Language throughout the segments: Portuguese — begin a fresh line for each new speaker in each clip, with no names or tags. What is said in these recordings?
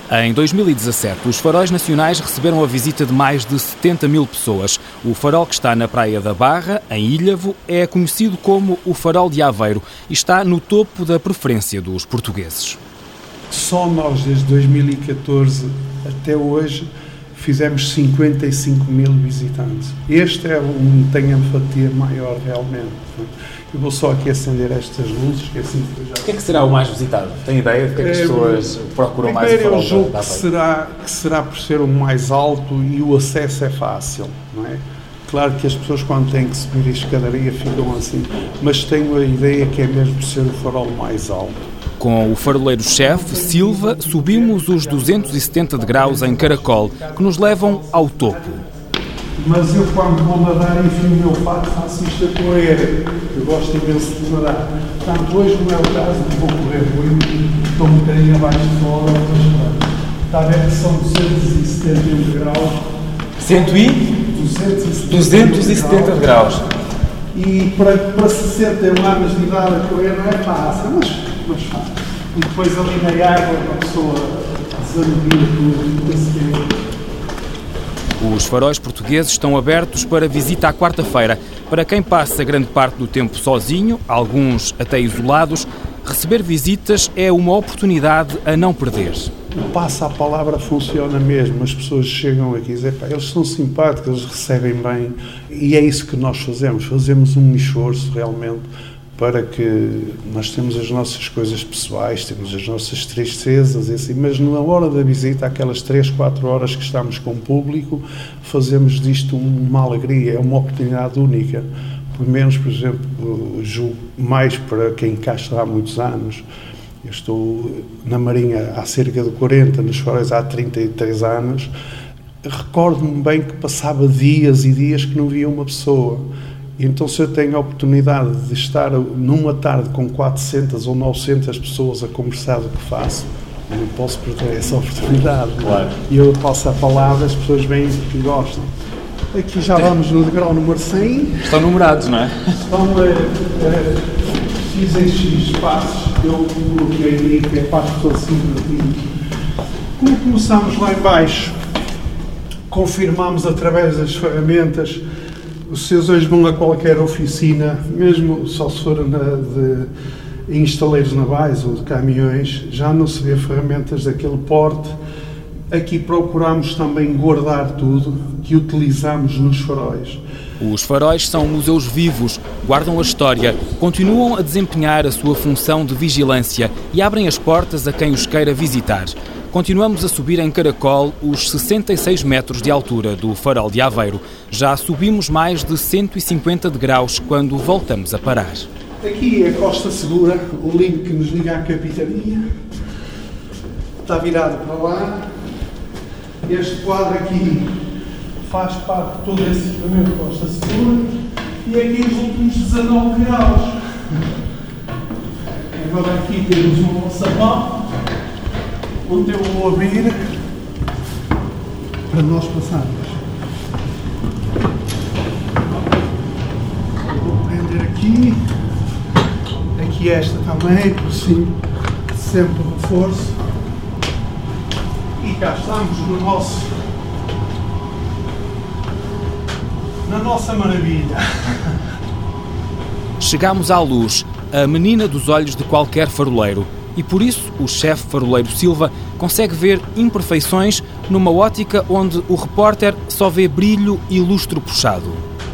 Em 2017, os faróis nacionais receberam a visita de mais de 70 mil pessoas. O farol que está na Praia da Barra, em Ilhavo, é conhecido como o Farol de Aveiro e está no topo da preferência dos portugueses.
Só nós, desde 2014 até hoje, fizemos 55 mil visitantes. Este é tem a fatia maior realmente. Eu vou só aqui acender estas luzes, que assim já...
O que é que será o mais visitado? Tem ideia de que é que as pessoas procuram mais o farol?
Eu julgo que será por ser o mais alto e o acesso é fácil, não é? Claro que as pessoas quando têm que subir a escadaria ficam assim, mas tenho a ideia que é mesmo por ser o farol mais alto.
Com o faroleiro-chefe Silva, subimos os 270 degraus em caracol, que nos levam ao topo.
Mas eu, quando vou nadar, enfio o meu fato, faço isto a correr. Eu gosto imenso de nadar. Portanto, hoje não é o caso, não vou correr muito, estou um bocadinho abaixo de fora, mas está a ver que são 271 graus.
270 degraus.
E para 61 anos de idade a correr não é fácil, mas fácil. E depois ali na água, a pessoa desanimia tudo.
Os faróis portugueses estão abertos para visita à quarta-feira. Para quem passa grande parte do tempo sozinho, alguns até isolados, receber visitas é uma oportunidade a não perder.
O passo à palavra funciona mesmo. As pessoas chegam aqui e dizem, eles são simpáticos, eles recebem bem. E é isso que nós fazemos. Fazemos um esforço realmente para que nós temos as nossas coisas pessoais, temos as nossas tristezas, assim, mas na hora da visita, aquelas 3, 4 horas que estamos com o público, fazemos disto uma alegria, é uma oportunidade única. Pelo menos, por exemplo, julgo mais para quem cá está há muitos anos. Eu estou na Marinha há cerca de 40, nos faróis há 33 anos. Recordo-me bem que passava dias e dias que não via uma pessoa. Então, se eu tenho a oportunidade de estar numa tarde com 400 ou 900 pessoas a conversar do que faço, eu não posso perder essa oportunidade.
Claro.
E eu passo a palavra, as pessoas vêm porque gostam. Aqui já vamos no degrau número 100.
Estão numerados, não é?
Fiz estes passos que eu coloquei ali, que é passo todo simples. Como começamos lá em baixo, confirmamos através das ferramentas. Os seus hoje vão a qualquer oficina, mesmo só se for em estaleiros navais ou de caminhões, já não se vê ferramentas daquele porte. Aqui procuramos também guardar tudo que utilizamos nos faróis.
Os faróis são museus vivos, guardam a história, continuam a desempenhar a sua função de vigilância e abrem as portas a quem os queira visitar. Continuamos a subir em caracol os 66 metros de altura do Farol de Aveiro. Já subimos mais de 150 degraus quando voltamos a parar.
Aqui é a Costa Segura, o link que nos liga à capitania. Está virado para lá. Este quadro aqui faz parte de todo esse equipamento de Costa Segura. E aqui os últimos 19 graus. Agora aqui temos um alçapão, onde eu vou abrir para nós passarmos. Vou prender aqui esta também, por cima, sempre reforço. E cá estamos na nossa maravilha.
Chegamos à luz, a menina dos olhos de qualquer faroleiro. E por isso o chefe faroleiro Silva consegue ver imperfeições numa ótica onde o repórter só vê brilho e lustro puxado.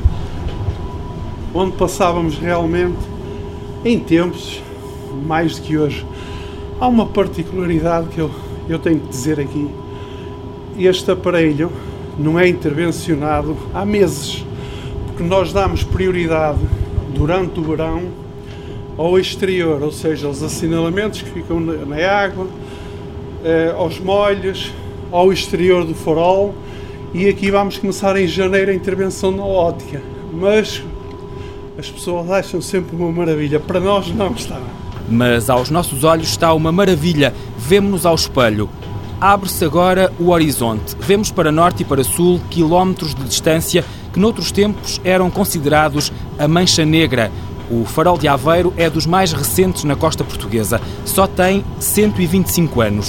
Onde passávamos realmente, em tempos, mais do que hoje, há uma particularidade que eu tenho que dizer aqui. Este aparelho não é intervencionado há meses, porque nós damos prioridade durante o verão ao exterior, ou seja, aos assinalamentos que ficam na água, aos molhos, ao exterior do farol, e aqui vamos começar em janeiro a intervenção na ótica. Mas as pessoas acham sempre uma maravilha, para nós não está.
Mas aos nossos olhos está uma maravilha, vemo-nos ao espelho. Abre-se agora o horizonte, vemos para norte e para sul quilómetros de distância que noutros tempos eram considerados a Mancha Negra. O Farol de Aveiro é dos mais recentes na costa portuguesa. Só tem 125 anos.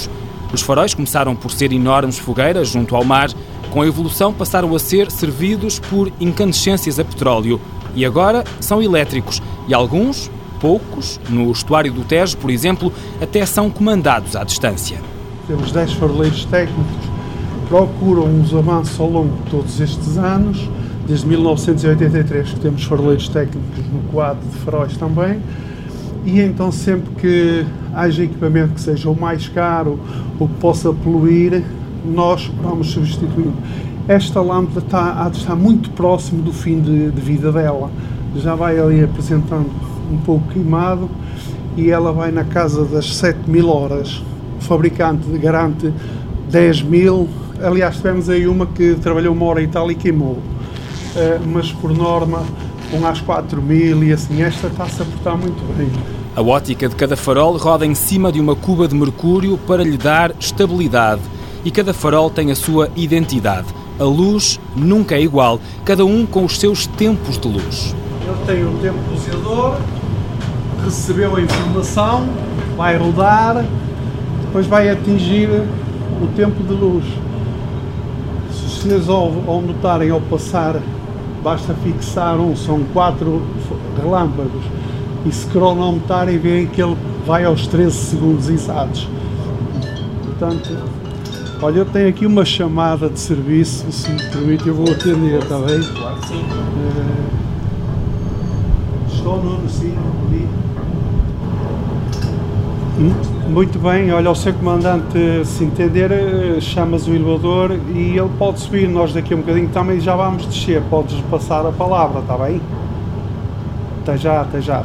Os faróis começaram por ser enormes fogueiras junto ao mar. Com a evolução passaram a ser servidos por incandescências a petróleo e agora são elétricos e alguns, poucos, no estuário do Tejo, por exemplo, até são comandados à distância.
Temos 10 faroleiros técnicos que procuram os avanços ao longo de todos estes anos, desde 1983 que temos faroleiros técnicos no quadro de faróis também, e então sempre que haja equipamento que seja o mais caro ou que possa poluir, nós vamos substituindo. Esta lâmpada está muito próximo do fim de vida dela, já vai ali apresentando um pouco queimado e ela vai na casa das 7.000 horas. O fabricante garante 10.000, aliás tivemos aí uma que trabalhou 1 hora e tal e queimou, mas por norma vão às 4.000 e assim esta está-se a portar muito bem.
A óptica de cada farol roda em cima de uma cuba de mercúrio para lhe dar estabilidade. E cada farol tem a sua identidade. A luz nunca é igual, cada um com os seus tempos de luz.
Ele tem o tempo doseador, recebeu a informação, vai rodar, depois vai atingir o tempo de luz. Se vocês ao notarem ao passar, basta fixar são 4 relâmpagos, e se cronometrarem veem que ele vai aos 13 segundos exatos. Portanto, olha, eu tenho aqui uma chamada de serviço, se me permite eu vou atender, está bem?
Claro que sim.
Estou no sim, muito bem, olha, o seu comandante, se entender, chamas o elevador e ele pode subir, nós daqui a um bocadinho também já vamos descer, podes passar a palavra, está bem? Até já.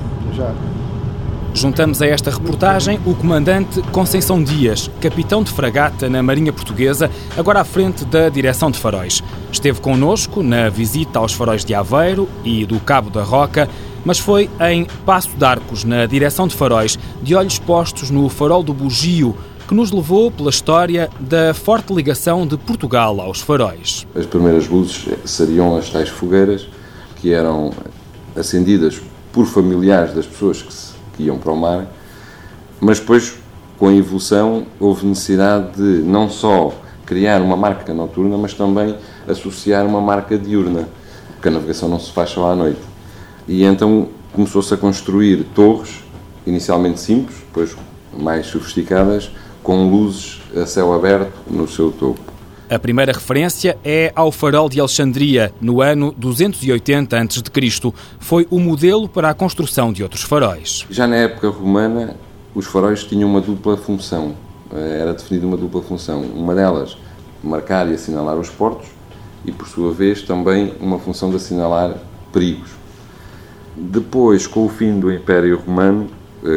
Juntamos a esta reportagem o comandante Conceição Dias, capitão de fragata na Marinha Portuguesa, agora à frente da Direção de Faróis. Esteve connosco na visita aos faróis de Aveiro e do Cabo da Roca, mas foi em Passo de Arcos, na Direção de Faróis, de olhos postos no farol do Bugio, que nos levou pela história da forte ligação de Portugal aos faróis.
As primeiras luzes seriam as tais fogueiras que eram acendidas por familiares das pessoas que iam para o mar, mas depois, com a evolução, houve necessidade de não só criar uma marca noturna, mas também associar uma marca diurna, porque a navegação não se faz só à noite. E então começou-se a construir torres, inicialmente simples, depois mais sofisticadas, com luzes a céu aberto no seu topo.
A primeira referência é ao farol de Alexandria, no ano 280 a.C. Foi o modelo para a construção de outros faróis.
Já na época romana, os faróis tinham uma dupla função. Era definida uma dupla função. Uma delas, marcar e assinalar os portos e, por sua vez, também uma função de assinalar perigos. Depois, com o fim do Império Romano,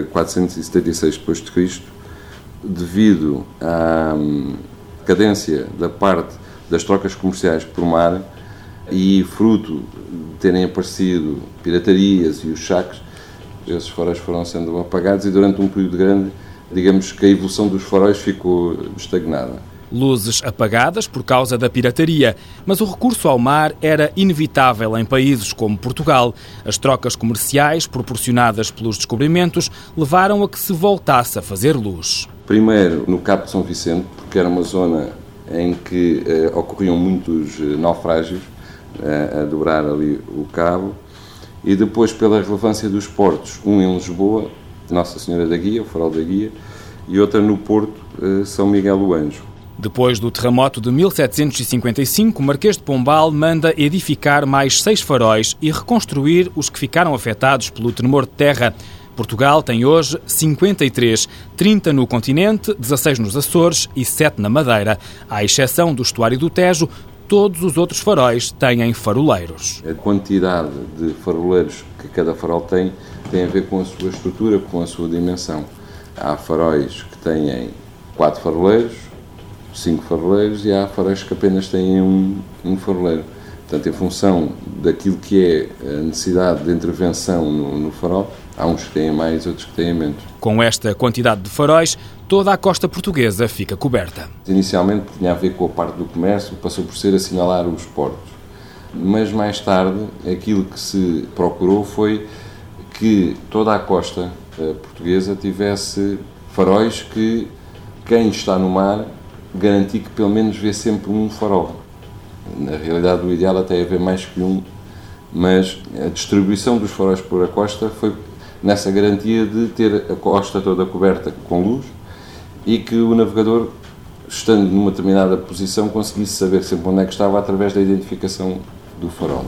476 d.C., devido à cadência da parte das trocas comerciais por mar e fruto de terem aparecido piratarias e os saques, esses faróis foram sendo apagados e durante um período grande, digamos que a evolução dos faróis ficou estagnada.
Luzes apagadas por causa da pirataria, mas o recurso ao mar era inevitável em países como Portugal. As trocas comerciais proporcionadas pelos descobrimentos levaram a que se voltasse a fazer luz.
Primeiro no Cabo de São Vicente, porque era uma zona em que ocorriam muitos naufrágios, a dobrar ali o cabo, e depois pela relevância dos portos, um em Lisboa, Nossa Senhora da Guia, o Farol da Guia, e outra no Porto, São Miguel do Anjo.
Depois do terremoto de 1755, o Marquês de Pombal manda edificar mais 6 faróis e reconstruir os que ficaram afetados pelo tremor de terra. Portugal tem hoje 53, 30 no continente, 16 nos Açores e 7 na Madeira. À exceção do estuário do Tejo, todos os outros faróis têm faroleiros.
A quantidade de faroleiros que cada farol tem a ver com a sua estrutura, com a sua dimensão. Há faróis que têm 4 faroleiros, 5 faroleiros e há faróis que apenas têm um faroleiro. Portanto, em função daquilo que é a necessidade de intervenção no farol, há uns que têm mais, outros que têm menos.
Com esta quantidade de faróis, toda a costa portuguesa fica coberta.
Inicialmente tinha a ver com a parte do comércio, passou por ser assinalar os portos. Mas mais tarde, aquilo que se procurou foi que toda a costa portuguesa tivesse faróis que quem está no mar garantir que pelo menos vê sempre um farol. Na realidade, o ideal até é ver mais que um, mas a distribuição dos faróis por a costa foi nessa garantia de ter a costa toda coberta com luz e que o navegador, estando numa determinada posição, conseguisse saber sempre onde é que estava através da identificação do farol.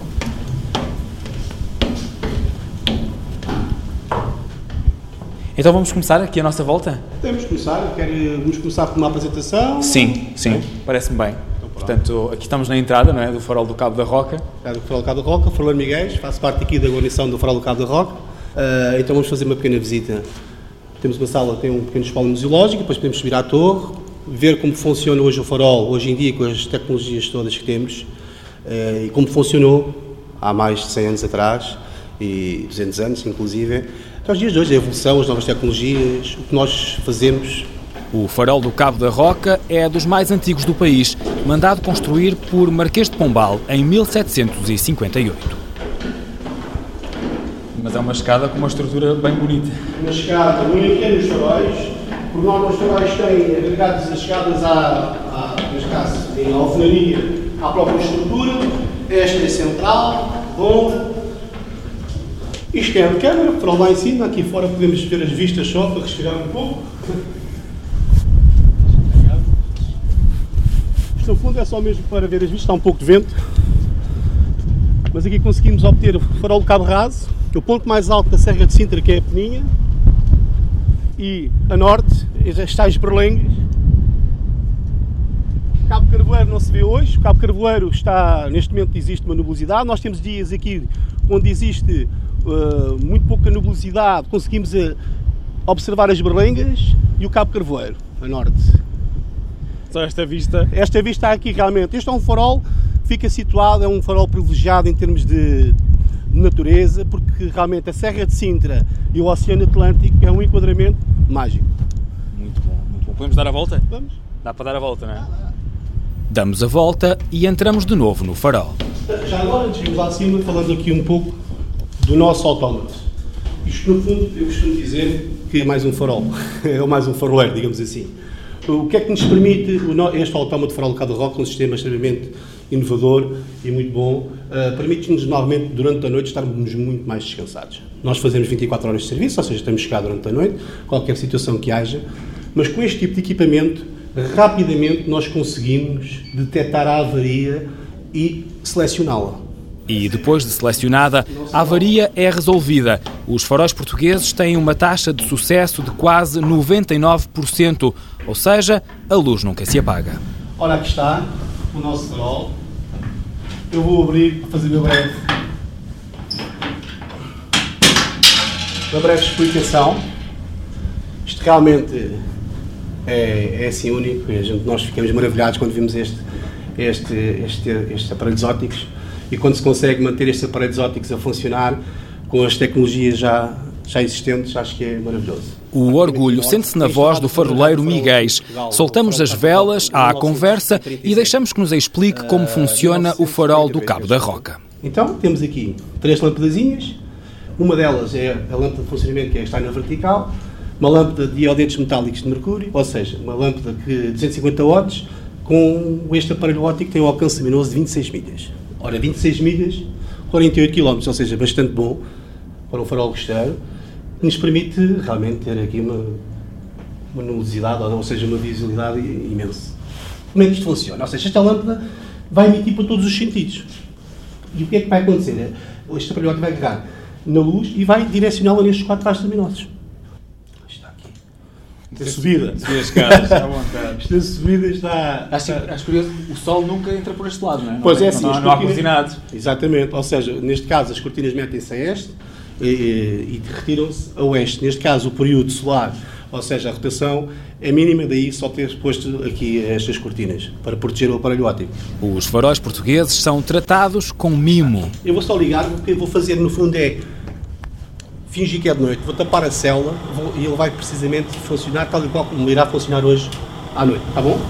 Então vamos começar aqui a nossa volta?
Vamos começar por uma apresentação?
Sim, parece-me bem. Portanto, aqui estamos na entrada, não é, do farol do Cabo da Roca.
Do farol do Cabo da Roca, Faroleiro Miguel, faço parte aqui da guarnição do farol do Cabo da Roca. Então vamos fazer uma pequena visita. Temos uma sala, tem um pequeno espólio museológico, depois podemos subir à torre, ver como funciona hoje o farol, hoje em dia com as tecnologias todas que temos, e como funcionou há mais de 100 anos atrás, e 200 anos inclusive. Até os dias de hoje, a evolução, as novas tecnologias, o que nós fazemos.
O farol do Cabo da Roca é dos mais antigos do país, mandado construir por Marquês de Pombal em 1758. Mas é uma escada com uma estrutura bem bonita.
Uma escada bonita nos faróis, por norma os faróis têm agregados as escadas neste caso, em alvenaria, à própria estrutura. Esta é central, bom. Isto é a câmara, o farol lá em cima, aqui fora podemos ver as vistas só para respirar um pouco. Isto no fundo é só mesmo para ver as vistas, está um pouco de vento. Mas aqui conseguimos obter o farol do Cabo Raso, que é o ponto mais alto da Serra de Sintra, que é a Peninha. E a norte, as tais berlengas. Cabo Carvoeiro não se vê hoje, o Cabo Carvoeiro está, neste momento existe uma nebulosidade. Nós temos dias aqui onde existe muito pouca nebulosidade, conseguimos observar as berlengas e o Cabo Carvoeiro, a norte.
Só esta vista?
Esta vista aqui realmente, este é um farol que fica situado, é um farol privilegiado em termos de natureza, porque realmente a Serra de Sintra e o Oceano Atlântico é um enquadramento mágico.
Muito bom, muito bom. Podemos dar a volta?
Vamos?
Dá para dar a volta, não é? Damos a volta e entramos de novo no farol.
Já agora, antes de irmos lá acima, falando aqui um pouco do nosso autómato. Isto, no fundo, eu costumo dizer que é mais um farol, é mais um faroleiro, digamos assim. O que é que nos permite este autómato farol do Cabo da Roca, um sistema extremamente inovador e muito bom, permite-nos normalmente durante a noite estarmos muito mais descansados. Nós fazemos 24 horas de serviço, ou seja, estamos cá durante a noite, qualquer situação que haja, mas com este tipo de equipamento, rapidamente nós conseguimos detectar a avaria e selecioná-la.
E depois de selecionada, a avaria é resolvida. Os faróis portugueses têm uma taxa de sucesso de quase 99%, ou seja, a luz nunca se apaga.
Ora, aqui está o nosso farol. Eu vou abrir para fazer uma breve explicação. Isto realmente é assim único e nós ficamos maravilhados quando vimos estes aparelhos ópticos. E quando se consegue manter estes aparelhos ópticos a funcionar com as tecnologias já existentes, acho que é maravilhoso.
O orgulho sente-se na voz do faroleiro Miguel. Soltamos as velas à conversa e deixamos que nos explique como funciona o farol do Cabo da Roca.
Então, temos aqui 3 lâmpadazinhas. Uma delas é a lâmpada de funcionamento, que está na vertical. Uma lâmpada de iodetos metálicos de mercúrio, ou seja, uma lâmpada de 250 watts, com este aparelho óptico que tem um alcance luminoso de 26 milhas. Ora, 26 milhas, 48 km, ou seja, bastante bom para um farol costeiro, que nos permite realmente ter aqui uma luminosidade, ou seja, uma visibilidade imensa. Como é que isto funciona? Ou seja, esta lâmpada vai emitir para todos os sentidos. E o que é que vai acontecer? Este aparelho óptico vai agarrar na luz e vai direcioná-la nestes 4 rastros luminosos. Está aqui. Esta subida.
Subir as escadas, à vontade.
Esta subida está...
Acho curioso, o sol nunca entra por este lado, não é?
Pois é, assim,
não há cortinados.
Exatamente, ou seja, neste caso as cortinas metem-se a este e retiram-se a oeste. Neste caso o período solar, ou seja, a rotação é mínima, daí só ter posto aqui estas cortinas, para proteger o aparelho óptico.
Os faróis portugueses são tratados com mimo.
Eu vou só ligar, o que eu vou fazer no fundo é fingir que é de noite, vou tapar a célula e ele vai precisamente funcionar tal e qual como irá funcionar hoje à noite, está bom?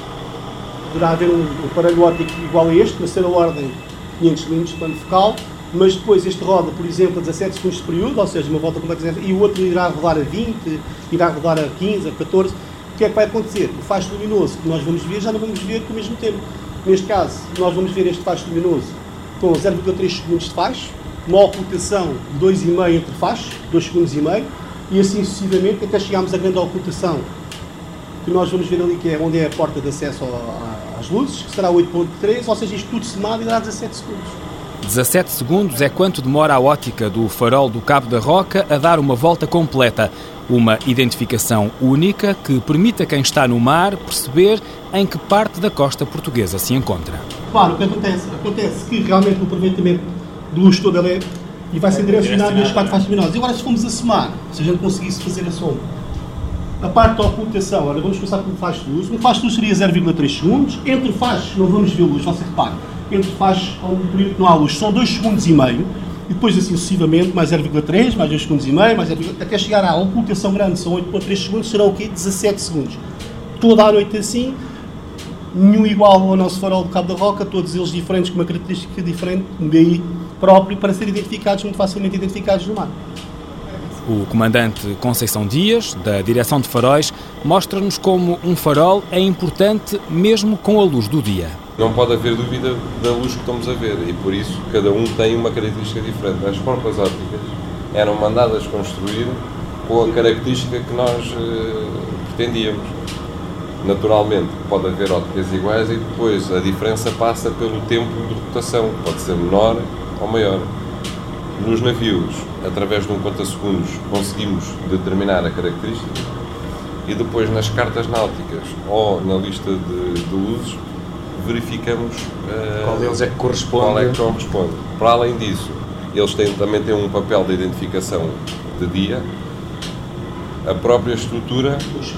Poderá haver um aparelho óptico igual a este, na ser a ordem 500 mm de plano focal, mas depois este roda, por exemplo, a 17 segundos de período, ou seja, uma volta completa, e o outro irá rodar a 20, irá rodar a 15, a 14. O que é que vai acontecer? O faixa luminoso que nós vamos ver, já não vamos ver com o mesmo tempo. Neste caso, nós vamos ver este faixa luminoso com 0,3 segundos de faixa, uma ocultação de 2,5 entre faixas, 2 segundos e meio, e assim sucessivamente até chegarmos à grande ocultação, que nós vamos ver ali, que é onde é a porta de acesso às luzes, que será 8,3, ou seja, isto tudo somado e dá 17 segundos.
17 segundos é quanto demora a ótica do farol do Cabo da Roca a dar uma volta completa. Uma identificação única que permite a quem está no mar perceber em que parte da costa portuguesa se encontra.
Claro, o que acontece? Acontece que realmente o aproveitamento de luz todo ele é, e vai ser direcionado nas 4 faixas luminosas. E agora, se formos a somar, se a gente conseguisse fazer a soma, a parte da ocultação, agora vamos começar pelo faixa de luz. Um faixa de luz seria 0,3 segundos. Entre faixas não vamos ver luz, você repare. Entre faixas, há um período que não há luz, são 2 segundos e meio. E depois assim sucessivamente, mais 0,3, mais 2 segundos e meio, mais 0,3, até chegar à ocultação grande, são 8,3 segundos, serão o quê? 17 segundos. Toda a noite assim, nenhum igual ao nosso farol do Cabo da Roca, todos eles diferentes, com uma característica diferente, um BI próprio, para serem identificados, muito facilmente identificados no mar.
O comandante Conceição Dias, da Direção de Faróis, mostra-nos como um farol é importante mesmo com a luz do dia.
Não pode haver dúvida da luz que estamos a ver e por isso cada um tem uma característica diferente. As próprias ópticas eram mandadas construir com a característica que nós pretendíamos. Naturalmente pode haver ópticas iguais e depois a diferença passa pelo tempo de rotação, pode ser menor ou maior. Nos navios, através de um conta-segundos, conseguimos determinar a característica e depois nas cartas náuticas ou na lista de luzes verificamos
qual deles é que corresponde.
Qual é que corresponde. Para além disso, eles também têm um papel de identificação de dia. A própria estrutura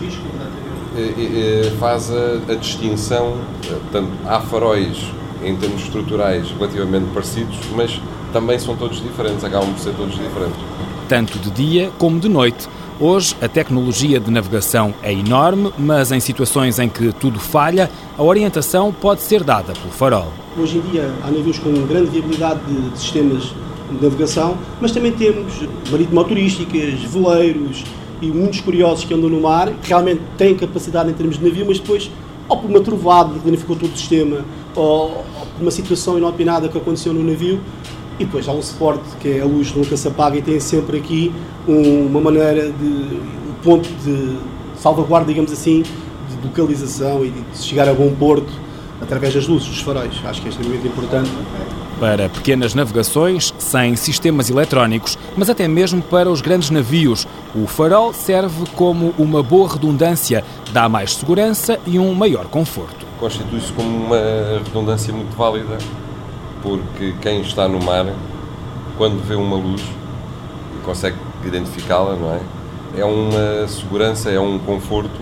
faz a distinção, portanto, há faróis em termos estruturais relativamente parecidos, mas também são todos diferentes, acabam por ser todos diferentes.
Tanto de dia como de noite. Hoje, a tecnologia de navegação é enorme, mas em situações em que tudo falha, a orientação pode ser dada pelo farol.
Hoje em dia, há navios com grande viabilidade de sistemas de navegação, mas também temos marítimo-motorísticas, veleiros e muitos curiosos que andam no mar, que realmente têm capacidade em termos de navio, mas depois, ou por uma trovoada que danificou todo o sistema, ou por uma situação inopinada que aconteceu no navio, e depois há um suporte que é a luz nunca se apaga e tem sempre aqui uma maneira um ponto de salvaguarda, digamos assim, de localização e de chegar a bom porto através das luzes dos faróis. Acho que é extremamente importante.
Para pequenas navegações, sem sistemas eletrónicos, mas até mesmo para os grandes navios, o farol serve como uma boa redundância, dá mais segurança e um maior conforto.
Constitui-se como uma redundância muito válida, porque quem está no mar, quando vê uma luz, consegue identificá-la, não é? É uma segurança, é um conforto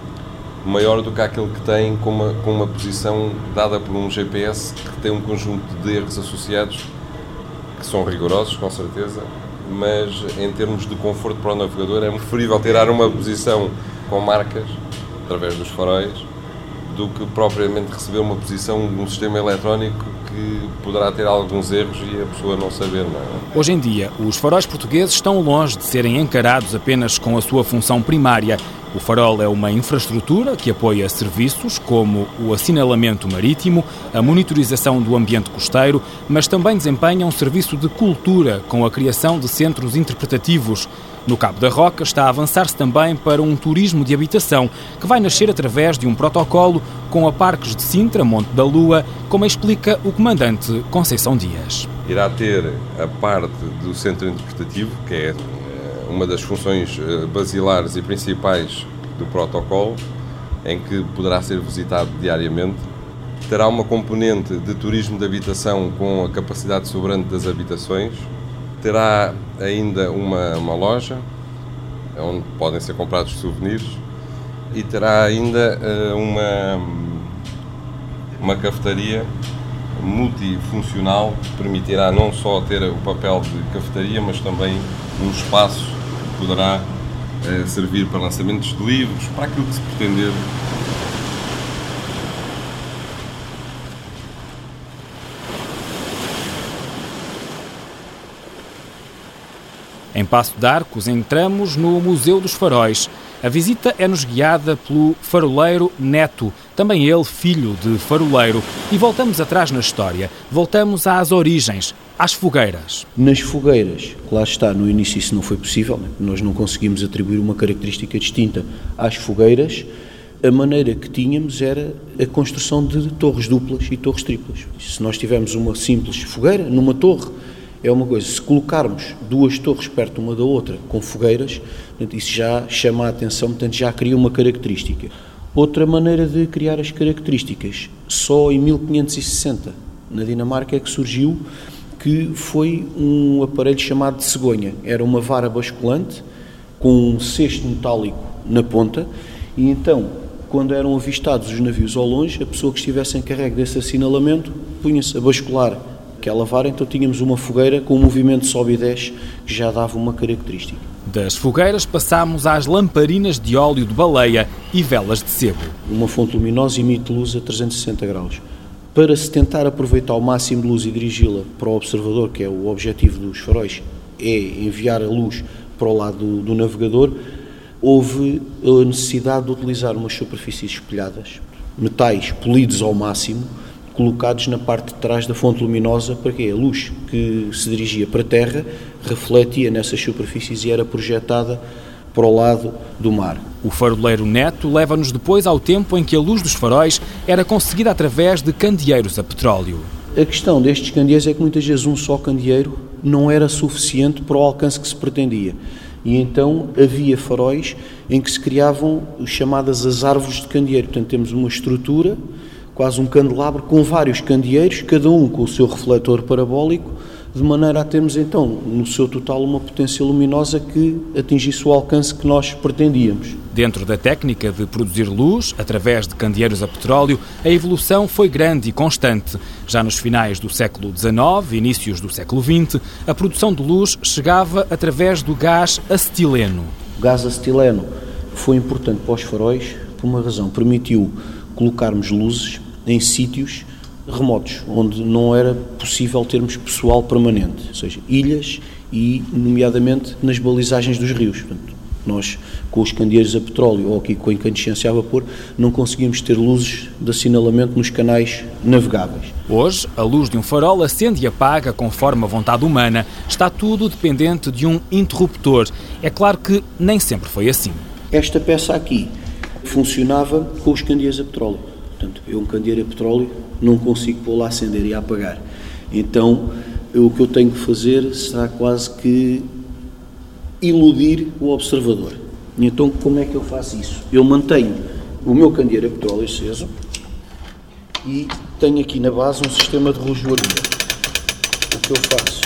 maior do que aquele que tem com uma posição dada por um GPS que tem um conjunto de erros associados que são rigorosos, com certeza, mas em termos de conforto para o navegador é preferível tirar uma posição com marcas, através dos faróis, do que propriamente receber uma posição de um sistema eletrónico que poderá ter alguns erros e a pessoa não saber, não é?
Hoje em dia, os faróis portugueses estão longe de serem encarados apenas com a sua função primária. O farol é uma infraestrutura que apoia serviços como o assinalamento marítimo, a monitorização do ambiente costeiro, mas também desempenha um serviço de cultura com a criação de centros interpretativos. No Cabo da Roca está a avançar-se também para um turismo de habitação, que vai nascer através de um protocolo com a Parques de Sintra, Monte da Lua, como explica o comandante Conceição Dias.
Irá ter a parte do centro interpretativo, que é uma das funções basilares e principais do protocolo, em que poderá ser visitado diariamente. Terá uma componente de turismo de habitação com a capacidade sobrante das habitações. Terá ainda uma loja, onde podem ser comprados souvenirs, e terá ainda uma cafetaria multifuncional que permitirá não só ter o papel de cafetaria, mas também um espaço que poderá servir para lançamentos de livros, para aquilo que se pretender.
Em Paço de Arcos, entramos no Museu dos Faróis. A visita é-nos guiada pelo faroleiro Neto, também ele filho de faroleiro. E voltamos atrás na história, voltamos às origens, às fogueiras.
Nas fogueiras, lá está, no início isso não foi possível, né? Nós não conseguimos atribuir uma característica distinta às fogueiras. A maneira que tínhamos era a construção de torres duplas e torres triplas. Se nós tivermos uma simples fogueira numa torre, é uma coisa. Se colocarmos duas torres perto uma da outra com fogueiras, isso já chama a atenção, portanto já cria uma característica. Outra maneira de criar as características, só em 1560, na Dinamarca, é que surgiu, que foi um aparelho chamado de cegonha. Era uma vara basculante com um cesto metálico na ponta e então, quando eram avistados os navios ao longe, a pessoa que estivesse encarregue desse assinalamento punha-se a bascular aquela vara, então tínhamos uma fogueira com um movimento sobe e desce que já dava uma característica.
Das fogueiras passámos às lamparinas de óleo de baleia e velas de sebo.
Uma fonte luminosa emite luz a 360 graus. Para se tentar aproveitar ao máximo de luz e dirigi-la para o observador, que é o objetivo dos faróis, é enviar a luz para o lado do navegador, houve a necessidade de utilizar umas superfícies espelhadas, metais polidos ao máximo, colocados na parte de trás da fonte luminosa, para que a luz que se dirigia para a terra refletia nessas superfícies e era projetada para o lado do mar.
O faroleiro Neto leva-nos depois ao tempo em que a luz dos faróis era conseguida através de candeeiros a petróleo.
A questão destes candeeiros é que muitas vezes um só candeeiro não era suficiente para o alcance que se pretendia. E então havia faróis em que se criavam chamadas as árvores de candeeiro. Portanto, temos uma estrutura, quase um candelabro, com vários candeeiros, cada um com o seu refletor parabólico, de maneira a termos então, no seu total, uma potência luminosa que atingisse o alcance que nós pretendíamos.
Dentro da técnica de produzir luz, através de candeeiros a petróleo, a evolução foi grande e constante. Já nos finais do século XIX, inícios do século XX, a produção de luz chegava através do gás acetileno.
O gás acetileno foi importante para os faróis por uma razão. Permitiu colocarmos luzes em sítios remotos, onde não era possível termos pessoal permanente, ou seja, ilhas e, nomeadamente, nas balizagens dos rios. Portanto, nós, com os candeeiros a petróleo ou aqui com a incandescência a vapor, não conseguimos ter luzes de assinalamento nos canais navegáveis.
Hoje, a luz de um farol acende e apaga conforme a vontade humana. Está tudo dependente de um interruptor. É claro que nem sempre foi assim.
Esta peça aqui funcionava com os candeeiros a petróleo. Portanto, eu um candeeiro a petróleo não consigo pô-lo a acender e a apagar. Então, o que eu tenho que fazer será quase que iludir o observador. E então, como é que eu faço isso? Eu mantenho o meu candeeiro a petróleo aceso e tenho aqui na base um sistema de relojoaria. O que eu faço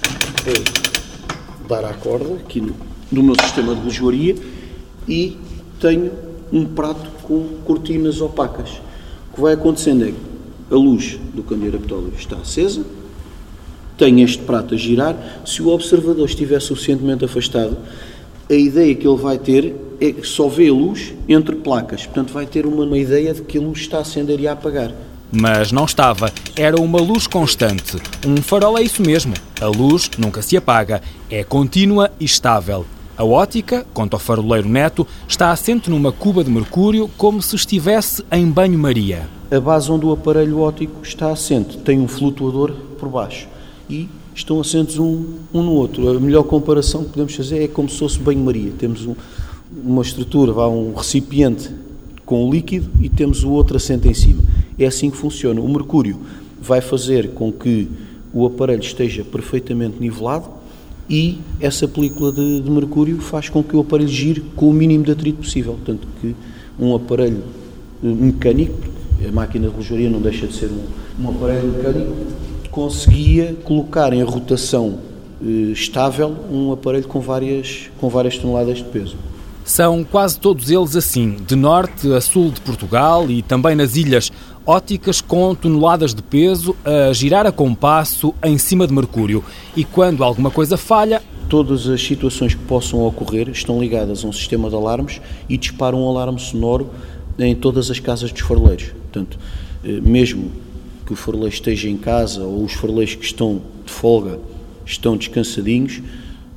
é dar à corda aqui no meu sistema de relojoaria e tenho um prato com cortinas opacas. O que vai acontecendo é que a luz do candeeiro a petróleo está acesa, tem este prato a girar. Se o observador estiver suficientemente afastado, a ideia que ele vai ter é que só vê a luz entre placas. Portanto, vai ter uma ideia de que a luz está a acender e a apagar.
Mas não estava. Era uma luz constante. Um farol é isso mesmo. A luz nunca se apaga. É contínua e estável. A ótica, conta o faroleiro Neto, está assente numa cuba de mercúrio como se estivesse em banho-maria.
A base onde o aparelho óptico está assente tem um flutuador por baixo e estão assentes um no outro. A melhor comparação que podemos fazer é como se fosse banho-maria. Temos uma estrutura, um recipiente com o líquido e temos o outro assente em cima. É assim que funciona. O mercúrio vai fazer com que o aparelho esteja perfeitamente nivelado e essa película de mercúrio faz com que o aparelho gire com o mínimo de atrito possível. Portanto, que um aparelho mecânico, a máquina de relojoaria não deixa de ser um aparelho mecânico, conseguia colocar em rotação estável um aparelho com várias toneladas de peso.
São quase todos eles assim, de norte a sul de Portugal e também nas ilhas, óticas com toneladas de peso a girar a compasso em cima de mercúrio. E quando alguma coisa falha...
Todas as situações que possam ocorrer estão ligadas a um sistema de alarmes e disparam um alarme sonoro em todas as casas dos faroleiros. Portanto, mesmo que o faroleiro esteja em casa ou os faroleiros que estão de folga estão descansadinhos,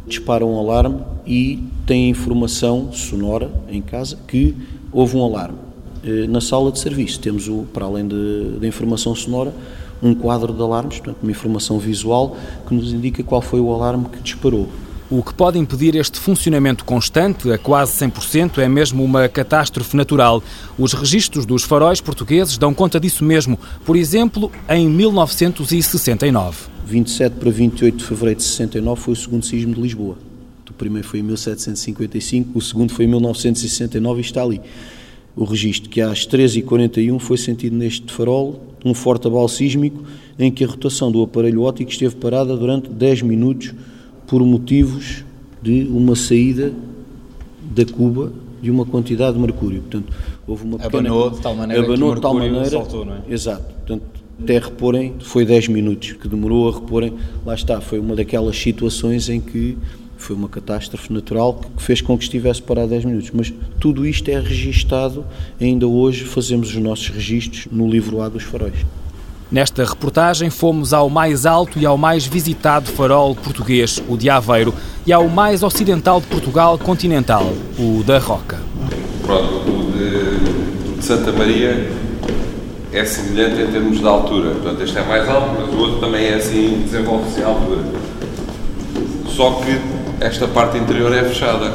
disparam um alarme e têm informação sonora em casa que houve um alarme. Na sala de serviço temos, para além da informação sonora, um quadro de alarmes, portanto uma informação visual que nos indica qual foi o alarme que disparou.
O que pode impedir este funcionamento constante, a quase 100%, é mesmo uma catástrofe natural. Os registros dos faróis portugueses dão conta disso mesmo. Por exemplo, em 1969.
27 para 28 de fevereiro de 69 foi o segundo sismo de Lisboa. O primeiro foi em 1755, o segundo foi em 1969 e está ali. O registro que às 13h41 foi sentido neste farol um forte abalo sísmico em que a rotação do aparelho óptico esteve parada durante 10 minutos por motivos de uma saída da cuba de uma quantidade de mercúrio. Portanto, houve uma pequena...
Abanou de tal maneira que o mercúrio saltou, não é?
Exato. Portanto, até reporem, foi 10 minutos que demorou a reporem. Lá está, foi uma daquelas situações em que foi uma catástrofe natural que fez com que estivesse parado 10 minutos. Mas tudo isto é registado, ainda hoje fazemos os nossos registros no livro A dos faróis.
Nesta reportagem fomos ao mais alto e ao mais visitado farol português, o de Aveiro, e ao mais ocidental de Portugal continental, o da Roca.
Pronto, o de Santa Maria é semelhante em termos de altura. Portanto, este é mais alto, mas o outro também é assim, desenvolve-se em altura. Só que esta parte interior é fechada.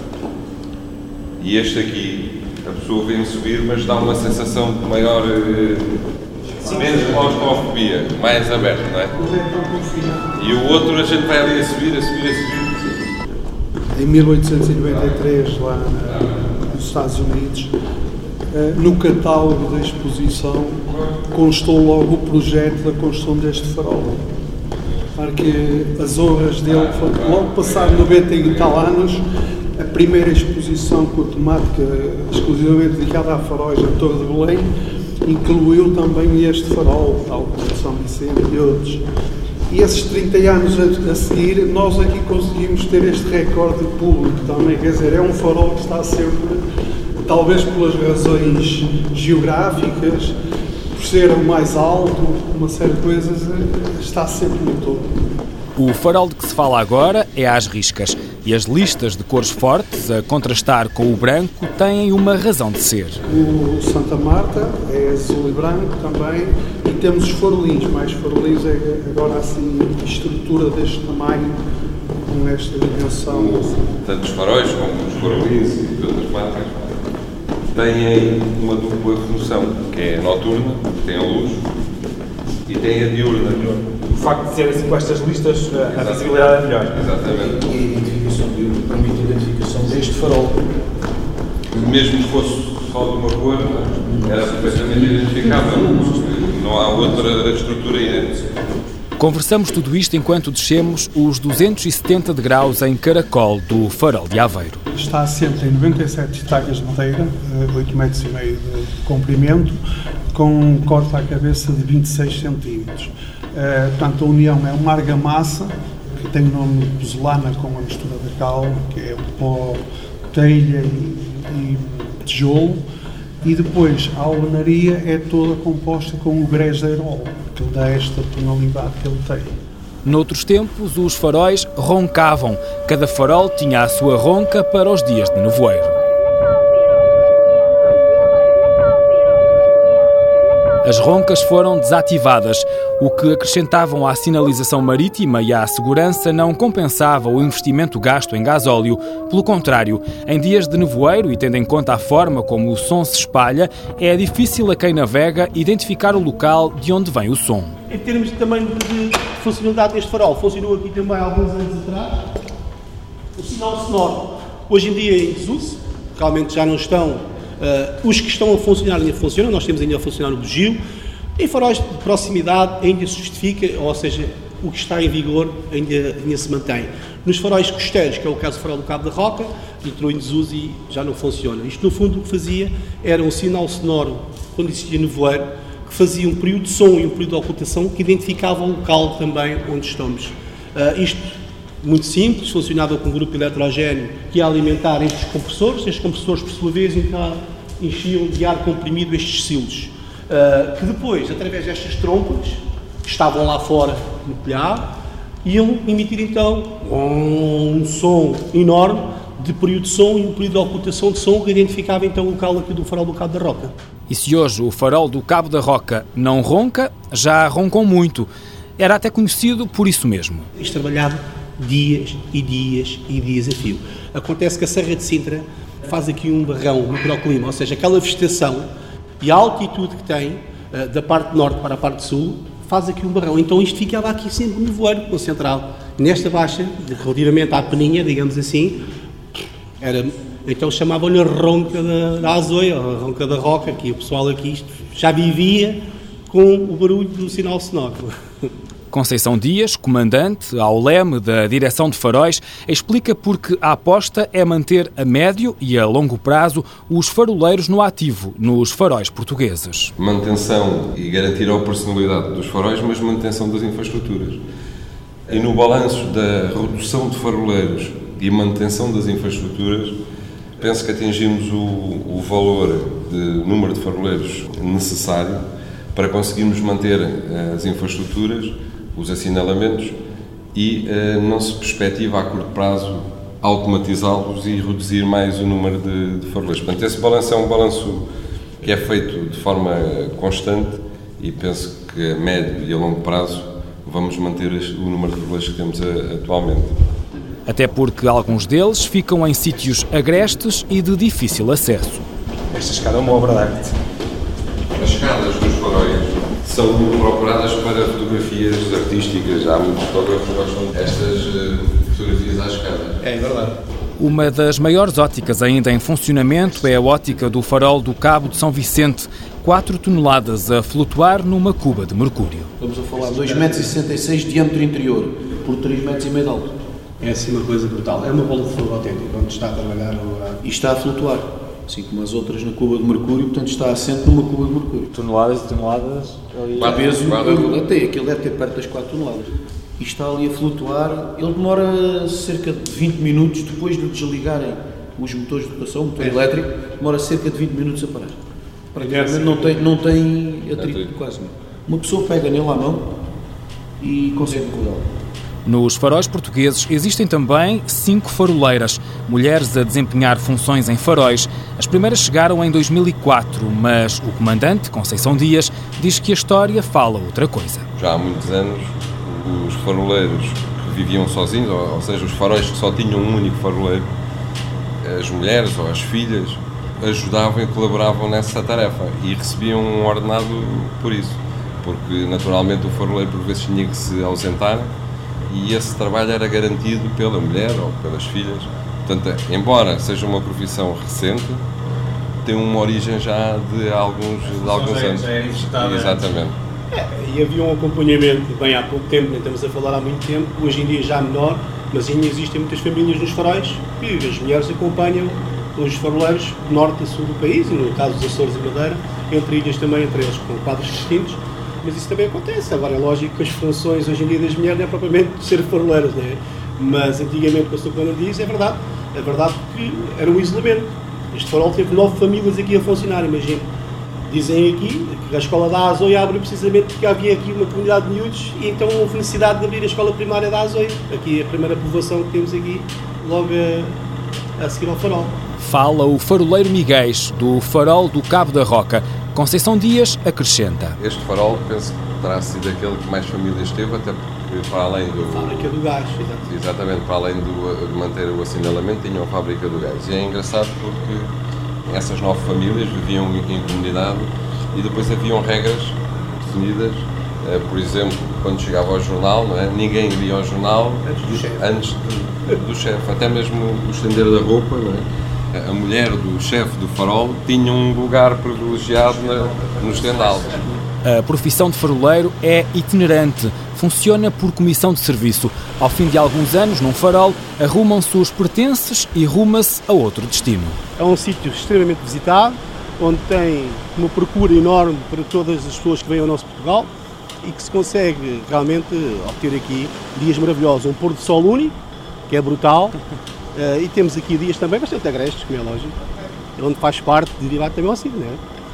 E este aqui, a pessoa vem subir, mas dá uma sensação de maior... menos claustrofobia, mais aberto, não é? E o outro a gente vai ali a subir.
Em 1893, lá nos Estados Unidos, no catálogo da exposição, constou logo o projeto da construção deste farol. Claro que as honras dele, logo passaram 90 e tal anos, a primeira exposição com a temática exclusivamente dedicada a faróis da Torre de Belém, incluiu também este farol, tal como São Vicente e outros. E esses 30 anos a seguir, nós aqui conseguimos ter este recorde público também. Quer dizer, é um farol que está sempre, talvez pelas razões geográficas, por ser o mais alto, uma série de coisas, está sempre no topo.
O farol de que se fala agora é às riscas, e as listas de cores fortes, a contrastar com o branco, têm uma razão de ser.
O Santa Marta é azul e branco também, e temos os farolins, mais farolins é agora assim, estrutura deste tamanho, com esta dimensão.
Tanto os faróis como os farolins e outras marcas têm uma dupla função, que é a noturna, que tem a luz, e tem a diurna.
O facto de ser assim com estas listas, a visibilidade é melhor.
Exatamente.
E a identificação permite a identificação deste farol.
Mesmo que fosse só de uma cor, era perfeitamente identificável. Não há outra estrutura idêntica.
Conversamos tudo isto enquanto descemos os 270 degraus em caracol do farol de Aveiro.
Está assente em 97 estacas de madeira, 8,5 metros de comprimento, com um corte à cabeça de 26 centímetros. Portanto, a união é uma argamassa, que tem o nome de pozolana com a mistura da cal, que é o pó, telha e tijolo, e depois a alvenaria é toda composta com o grés de aerol, que lhe dá esta tonalidade que ele tem.
Noutros tempos, os faróis roncavam. Cada farol tinha a sua ronca para os dias de nevoeiro. As roncas foram desativadas. O que acrescentavam à sinalização marítima e à segurança não compensava o investimento gasto em gasóleo. Pelo contrário, em dias de nevoeiro e tendo em conta a forma como o som se espalha, é difícil a quem navega identificar o local de onde vem o som.
Em termos também de funcionalidade deste farol, funcionou aqui também há alguns anos atrás o sinal sonoro. Hoje em dia em desuso, realmente já não estão. Os que estão a funcionar ainda funcionam, nós temos ainda a funcionar o bugio. Em faróis de proximidade ainda se justifica, ou seja, o que está em vigor ainda se mantém. Nos faróis costeiros, que é o caso do farol do Cabo da Roca, entrou em desuso e já não funciona. Isto, no fundo, o que fazia era um sinal sonoro, quando existia nevoeiro, que fazia um período de som e um período de ocultação que identificava o local também onde estamos. Isto muito simples, funcionava com um grupo eletrógeno que ia alimentar estes compressores. Estes compressores, por sua vez, enchiam de ar comprimido estes silos, que depois, através destas trompas, que estavam lá fora no telhado, iam emitir então um som enorme de período de som e um período de ocultação de som que identificava então o local aqui do farol do Cabo da Roca.
E se hoje o farol do Cabo da Roca não ronca, já roncou muito. Era até conhecido por isso mesmo.
Isto trabalhado dias e dias e dias a fio. Acontece que a Serra de Sintra faz aqui um barrão no microclima, ou seja, aquela vegetação e a altitude que tem da parte norte para a parte sul, faz aqui um barrão. Então isto ficava aqui sempre no voeiro concentrado. Nesta baixa, relativamente à peninha, digamos assim, então chamavam-lhe a ronca da Azoia, a ronca da Roca, que o pessoal aqui já vivia com o barulho do sinal sonoro.
Conceição Dias, comandante ao leme da Direção de Faróis, explica porque a aposta é manter a médio e a longo prazo os faroleiros no ativo, nos faróis portugueses.
Manutenção e garantir a operacionalidade dos faróis, mas manutenção das infraestruturas. E no balanço da redução de faroleiros e manutenção das infraestruturas, penso que atingimos o valor de número de faroleiros necessário para conseguirmos manter as infraestruturas, os assinalamentos e não se perspectiva a curto prazo automatizá-los e reduzir mais o número de faroleiros. Portanto, esse balanço é um balanço que é feito de forma constante e penso que a médio e a longo prazo vamos manter o número de faroleiros que temos atualmente.
Até porque alguns deles ficam em sítios agrestes e de difícil acesso.
Esta escada é uma obra de arte.
As escadas dos faróis são procuradas para fotografias artísticas. Há muitos fotógrafos que gostam destas fotografias à escada.
É verdade.
Uma das maiores óticas ainda em funcionamento é a ótica do farol do Cabo de São Vicente, 4 toneladas a flutuar numa cuba de mercúrio.
Estamos a falar de 2,66 m de diâmetro interior, por 3,5 m de alto.
É assim uma coisa brutal. É uma bola de fogo autêntica, onde está a trabalhar
E está a flutuar, assim como as outras na cuba de mercúrio, portanto está assente numa cuba de mercúrio.
Toneladas e toneladas.
O peso, até aquilo deve ter perto das 4 toneladas. E está ali a flutuar. Ele demora cerca de 20 minutos depois de desligarem os motores de rotação, o motor elétrico, demora cerca de 20 minutos a parar. Praticamente não tem atrito quase. Uma pessoa pega nele à mão e consegue rodá-lo.
Nos faróis portugueses existem também 5 faroleiras, mulheres a desempenhar funções em faróis. As primeiras chegaram em 2004, mas o comandante, Conceição Dias, diz que a história fala outra coisa.
Já há muitos anos, os faroleiros que viviam sozinhos, ou seja, os faróis que só tinham um único faroleiro, as mulheres ou as filhas ajudavam e colaboravam nessa tarefa e recebiam um ordenado por isso, porque naturalmente o faroleiro por vezes tinha que se ausentar e esse trabalho era garantido pela mulher ou pelas filhas. Portanto, embora seja uma profissão recente, tem uma origem já de alguns anos.
Já era investada.
Exatamente.
E havia um acompanhamento bem há pouco tempo, nem estamos a falar há muito tempo, hoje em dia já menor, mas ainda existem muitas famílias nos faróis e as mulheres acompanham os faroleiros do norte e sul do país, e no caso dos Açores e Madeira, entre ilhas também, entre eles com quadros distintos, mas isso também acontece. Agora é lógico que as funções hoje em dia das mulheres não é propriamente ser faroleiras, não é? Mas antigamente, como a Sra. diz, é verdade que era um isolamento. Este farol teve 9 famílias aqui a funcionar, imagino. Dizem aqui que a escola da Azoia abriu precisamente porque havia aqui uma comunidade de miúdos e então houve necessidade de abrir a escola primária da Azoia. Aqui é a primeira povoação que temos aqui, logo a seguir ao farol.
Fala o faroleiro Miguéis, do farol do Cabo da Roca. Conceição Dias acrescenta.
Este farol, penso que terá sido aquele que mais famílias teve, até porque para além do...
Fábrica do gás,
Exatamente, para além de manter o assinalamento, tinham a fábrica do gás. E é engraçado porque essas 9 famílias viviam em comunidade e depois haviam regras definidas. Por exemplo, quando chegava ao jornal, não é? Ninguém lia o jornal antes do chefe. Até mesmo o estender da roupa, não é? A mulher do chefe do farol tinha um lugar privilegiado no estendal.
A profissão de faroleiro é itinerante, funciona por comissão de serviço. Ao fim de alguns anos, num farol, arrumam-se os pertences e ruma-se a outro destino.
É um sítio extremamente visitado, onde tem uma procura enorme para todas as pessoas que vêm ao nosso Portugal e que se consegue realmente obter aqui dias maravilhosos. Um pôr do sol único, que é brutal, e temos aqui dias também bastante agrestes, como é lógico, onde faz parte de derivar também ao sítio, não é?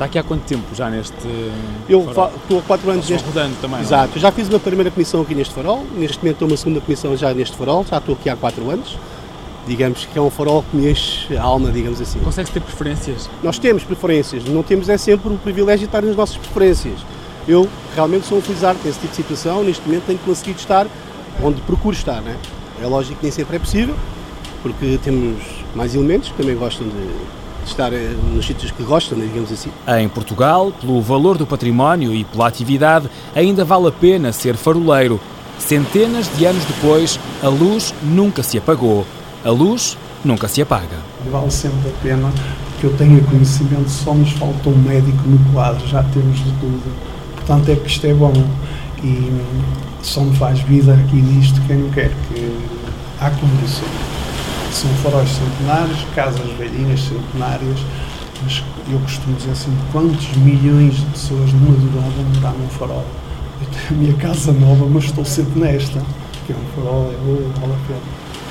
Está aqui há quanto tempo já neste
Eu
farol?
estou há 4 anos neste...
rodando também,
Exato, eu já fiz uma primeira comissão aqui neste farol, neste momento estou uma segunda comissão já neste farol, já estou aqui há 4 anos. Digamos que é um farol que me enche a alma, digamos assim.
Consegue-se ter preferências?
Nós temos preferências, não temos é sempre o privilégio de estar nas nossas preferências. Eu realmente sou um felizardo nesse tipo de situação, neste momento tenho conseguido estar onde procuro estar, né? É lógico que nem sempre é possível, porque temos mais elementos que também gostam de estar nos sítios que gostam, né, digamos assim.
Em Portugal, pelo valor do património e pela atividade, ainda vale a pena ser faroleiro. Centenas de anos depois, a luz nunca se apagou. A luz nunca se apaga.
Vale sempre a pena, porque eu tenho conhecimento, só nos falta um médico no quadro, já temos de tudo. Portanto, é que isto é bom e só me faz vida aqui nisto quem não quer, que há condições. São faróis centenários, casas velhinhas centenárias, mas eu costumo dizer assim, quantos milhões de pessoas numa Durão vão morar num farol? Eu tenho a minha casa nova, mas estou sempre nesta, que é um farol, vale a pena.